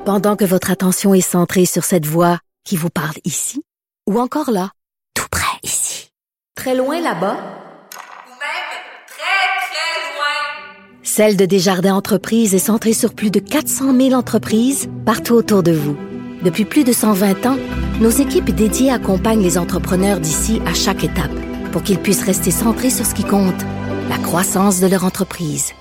Pendant que votre attention est centrée sur cette voix qui vous parle ici, ou encore là, tout près ici, très loin là-bas, ou même très, très loin. Celle de Desjardins Entreprises est centrée sur plus de 400 000 entreprises partout autour de vous. Depuis plus de 120 ans, nos équipes dédiées accompagnent les entrepreneurs d'ici à chaque étape pour qu'ils puissent rester centrés sur ce qui compte, la croissance de leur entreprise.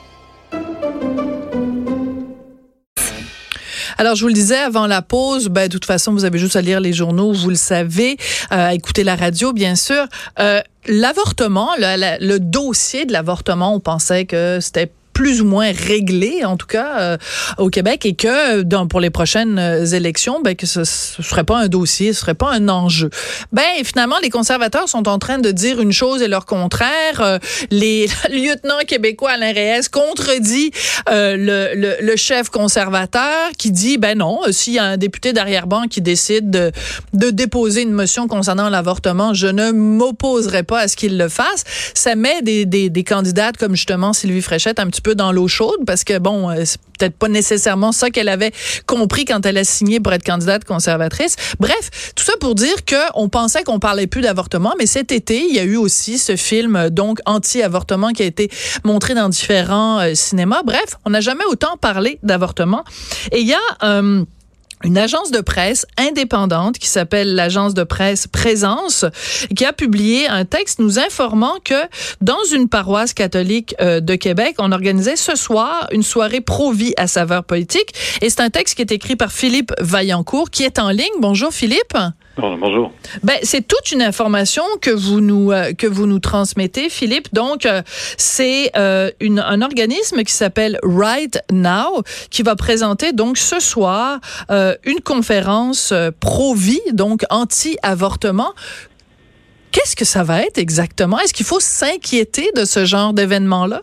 Alors, je vous le disais avant la pause, de toute façon, vous avez juste à lire les journaux, vous le savez, à écouter la radio, bien sûr. L'avortement, le dossier de l'avortement, on pensait que c'était plus ou moins réglé, en tout cas, au Québec, et que pour les prochaines élections, que ce serait pas un dossier, ce serait pas un enjeu. Finalement, les conservateurs sont en train de dire une chose et leur contraire. Les lieutenants québécois Alain Reyes contredit le chef conservateur qui dit, non, s'il y a un député d'arrière-ban qui décide de déposer une motion concernant l'avortement, je ne m'opposerai pas à ce qu'il le fasse. Ça met des candidates comme justement Sylvie Fréchette un petit peu dans l'eau chaude parce que c'est peut-être pas nécessairement ça qu'elle avait compris quand elle a signé pour être candidate conservatrice. Bref, tout ça pour dire qu'on pensait qu'on parlait plus d'avortement, mais cet été, il y a eu aussi ce film donc anti-avortement qui a été montré dans différents cinémas. Bref, on n'a jamais autant parlé d'avortement. Et il y a une agence de presse indépendante qui s'appelle l'agence de presse Présence, qui a publié un texte nous informant que dans une paroisse catholique de Québec, on organisait ce soir une soirée pro-vie à saveur politique. Et c'est un texte qui est écrit par Philippe Vaillancourt, qui est en ligne. Bonjour Philippe. Bonjour. C'est toute une information que vous nous transmettez, Philippe. Donc, c'est un organisme qui s'appelle Right Now qui va présenter donc ce soir une conférence pro-vie, donc anti-avortement. Qu'est-ce que ça va être exactement? Est-ce qu'il faut s'inquiéter de ce genre d'événement-là?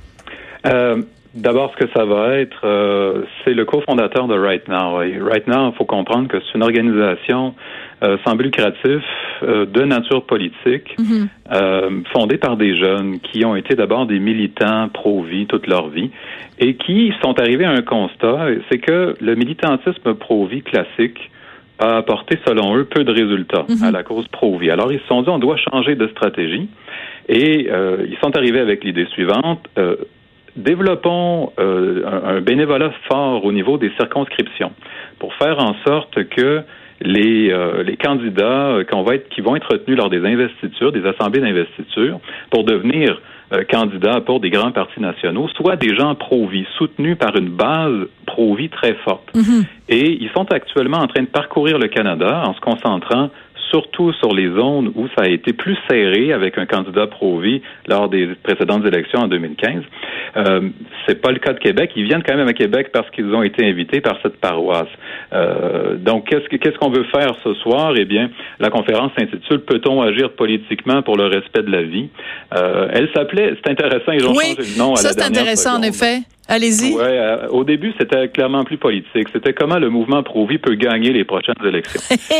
D'abord, ce que ça va être, c'est le cofondateur de Right Now. Et Right Now, il faut comprendre que c'est une organisation sans but lucratif de nature politique, fondée par des jeunes qui ont été d'abord des militants pro-vie toute leur vie et qui sont arrivés à un constat, c'est que le militantisme pro-vie classique a apporté, selon eux, peu de résultats à la cause pro-vie. Alors, ils se sont dit, on doit changer de stratégie et ils sont arrivés avec l'idée suivante. Développons un bénévolat fort au niveau des circonscriptions pour faire en sorte que les candidats qui vont être retenus lors des investitures, des assemblées d'investiture, pour devenir candidats pour des grands partis nationaux, soient des gens pro-vie, soutenus par une base pro-vie très forte. Et ils sont actuellement en train de parcourir le Canada en se concentrant surtout sur les zones où ça a été plus serré avec un candidat pro-vie lors des précédentes élections en 2015. C'est pas le cas de Québec. Ils viennent quand même à Québec parce qu'ils ont été invités par cette paroisse. Donc, qu'est-ce qu'on veut faire ce soir? Eh bien, la conférence s'intitule « Peut-on agir politiquement pour le respect de la vie ?» Elle s'appelait, c'est intéressant, ils ont changé le nom à la dernière seconde. Ça, c'est intéressant, en effet. Allez-y. Ouais, au début, c'était clairement plus politique. C'était comment le mouvement pro-vie peut gagner les prochaines élections.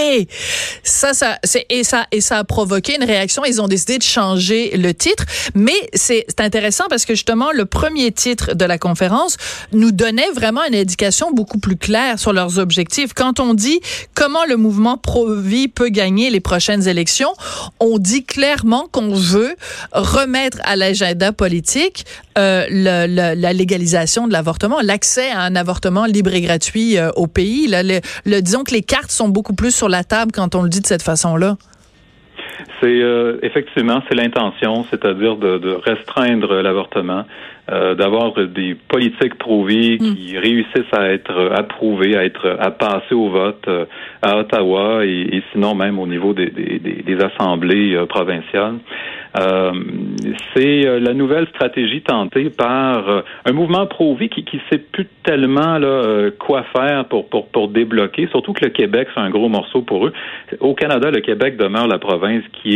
Ça a provoqué une réaction. Ils ont décidé de changer le titre. Mais c'est intéressant parce que justement, le premier titre de la conférence nous donnait vraiment une indication beaucoup plus claire sur leurs objectifs. Quand on dit comment le mouvement pro-vie peut gagner les prochaines élections, on dit clairement qu'on veut remettre à l'agenda politique la légalisation de l'avortement, l'accès à un avortement libre et gratuit au pays. Là, disons que les cartes sont beaucoup plus sur la table quand on le dit de cette façon-là. C'est effectivement, c'est l'intention, c'est-à-dire de restreindre l'avortement, d'avoir des politiques pro-vie qui réussissent à être approuvées, à passer au vote à Ottawa et sinon même au niveau des assemblées provinciales. C'est la nouvelle stratégie tentée par un mouvement pro-vie qui sait plus tellement quoi faire pour débloquer, surtout que le Québec, c'est un gros morceau pour eux. Au Canada, le Québec demeure la province qui est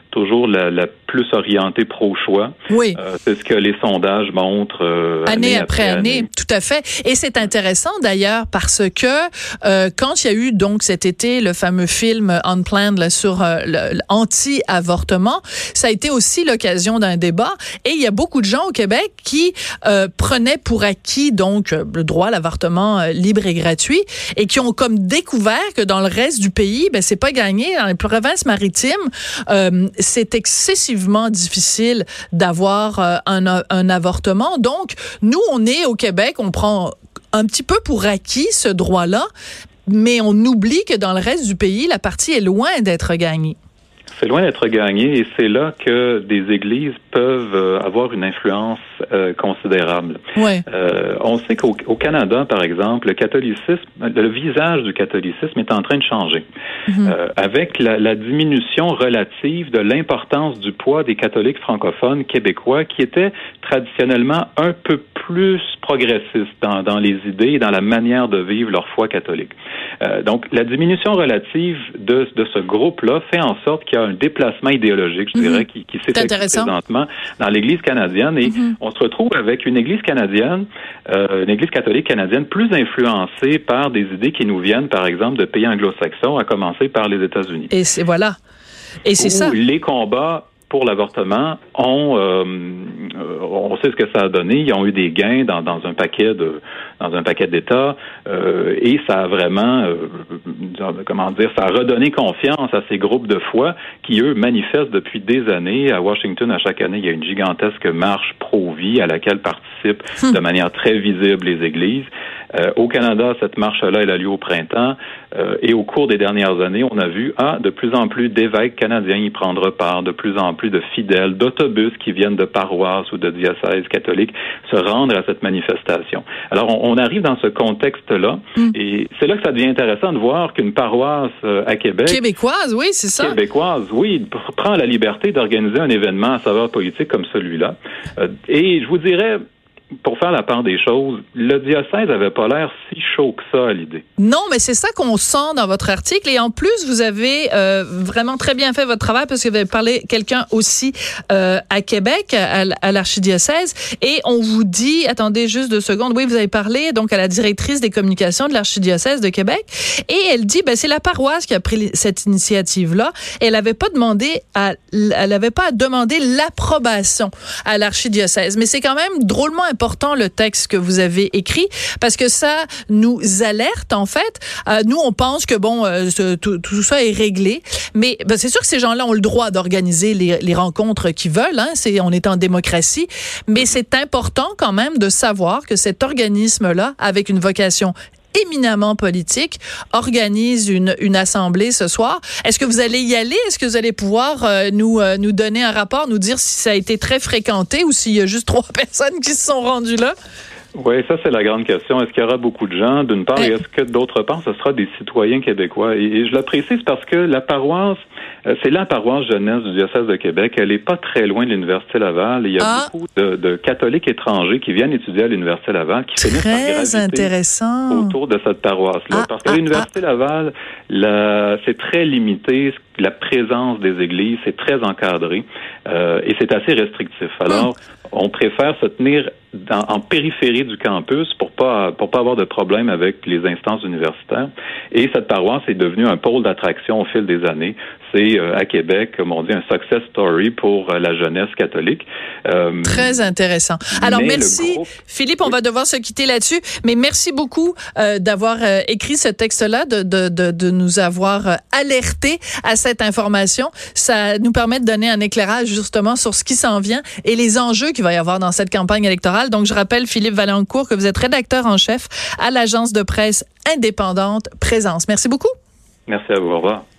toujours la plus orientée pro-choix. Oui. C'est ce que les sondages montrent année après année. Tout à fait. Et c'est intéressant d'ailleurs parce que quand il y a eu donc cet été le fameux film Unplanned là, sur l'anti-avortement, ça a été aussi l'occasion d'un débat. Et il y a beaucoup de gens au Québec qui prenaient pour acquis donc le droit à l'avortement libre et gratuit et qui ont comme découvert que dans le reste du pays, ben c'est pas gagné. Dans les provinces maritimes, c'est excessivement difficile d'avoir un avortement. Donc, nous, on est au Québec, on prend un petit peu pour acquis ce droit-là, mais on oublie que dans le reste du pays, la partie est loin d'être gagnée. C'est loin d'être gagné et c'est là que des églises peuvent avoir une influence considérable. Ouais. On sait qu'au Canada, par exemple, le catholicisme, le visage du catholicisme est en train de changer. Avec la diminution relative de l'importance du poids des catholiques francophones québécois qui étaient traditionnellement un peu plus progressistes dans les idées et dans la manière de vivre leur foi catholique. Donc, la diminution relative de ce groupe-là fait en sorte qu'il y a un déplacement idéologique, je dirais, qui s'effectue présentement dans l'Église canadienne. Et on se retrouve avec une Église canadienne, une Église catholique canadienne plus influencée par des idées qui nous viennent, par exemple, de pays anglo-saxons, à commencer par les États-Unis. Et c'est voilà. Et c'est ça. Les combats pour l'avortement, on sait ce que ça a donné. Ils ont eu des gains dans un paquet d'États et ça a vraiment, ça a redonné confiance à ces groupes de foi qui, eux, manifestent depuis des années. À Washington, à chaque année, il y a une gigantesque marche pro-vie à laquelle participent de manière très visible les églises. Au Canada, cette marche-là, elle a lieu au printemps et au cours des dernières années, on a vu de plus en plus d'évêques canadiens y prendre part, de plus en plus de fidèles, d'autobus qui viennent de paroisses ou de diocèses catholiques se rendre à cette manifestation. Alors, on arrive dans ce contexte-là et c'est là que ça devient intéressant de voir qu'une paroisse à Québec... Québécoise, oui, c'est ça. Québécoise, oui, prend la liberté d'organiser un événement à saveur politique comme celui-là. Et je vous dirais... Pour faire la part des choses, le diocèse avait pas l'air si chaud que ça à l'idée. Non, mais c'est ça qu'on sent dans votre article. Et en plus, vous avez vraiment très bien fait votre travail parce que vous avez parlé quelqu'un aussi à Québec, à l'archidiocèse. Et on vous dit, attendez juste 2 secondes, oui, vous avez parlé donc à la directrice des communications de l'archidiocèse de Québec. Et elle dit, c'est la paroisse qui a pris cette initiative-là. Et elle n'avait pas à demander l'approbation à l'archidiocèse. Mais c'est quand même drôlement important le texte que vous avez écrit parce que ça nous alerte en fait. Nous on pense que tout ça est réglé, mais c'est sûr que ces gens-là ont le droit d'organiser les rencontres qu'ils veulent. On est en démocratie, mais c'est important quand même de savoir que cet organisme-là, avec une vocation éminemment politique, organise une assemblée ce soir. Est-ce que vous allez y aller? Est-ce que vous allez pouvoir nous donner un rapport, nous dire si ça a été très fréquenté ou s'il y a juste 3 personnes qui se sont rendues là? Oui, ça, c'est la grande question. Est-ce qu'il y aura beaucoup de gens, d'une part, et est-ce que, d'autre part, ce sera des citoyens québécois? Et je le précise parce que la paroisse, c'est la paroisse jeunesse du diocèse de Québec. Elle n'est pas très loin de l'Université Laval. Il y a beaucoup de catholiques étrangers qui viennent étudier à l'Université Laval, qui finissent par graviter intéressant. autour de cette paroisse-là. Parce que l'Université Laval, c'est très limité. La présence des églises, c'est très encadré et c'est assez restrictif. Alors, on préfère se tenir en périphérie du campus pour pas avoir de problème avec les instances universitaires. Et cette paroisse est devenue un pôle d'attraction au fil des années. C'est à Québec, comme on dit, un success story pour la jeunesse catholique. Très intéressant. Alors merci, Philippe, on va devoir se quitter là-dessus, mais merci beaucoup d'avoir écrit ce texte-là, de nous avoir alertés à cette information. Ça nous permet de donner un éclairage justement sur ce qui s'en vient et les enjeux qu'il va y avoir dans cette campagne électorale. Donc je rappelle, Philippe Vaillancourt, que vous êtes rédacteur en chef à l'agence de presse indépendante Présence. Merci beaucoup. Merci à vous. Au revoir.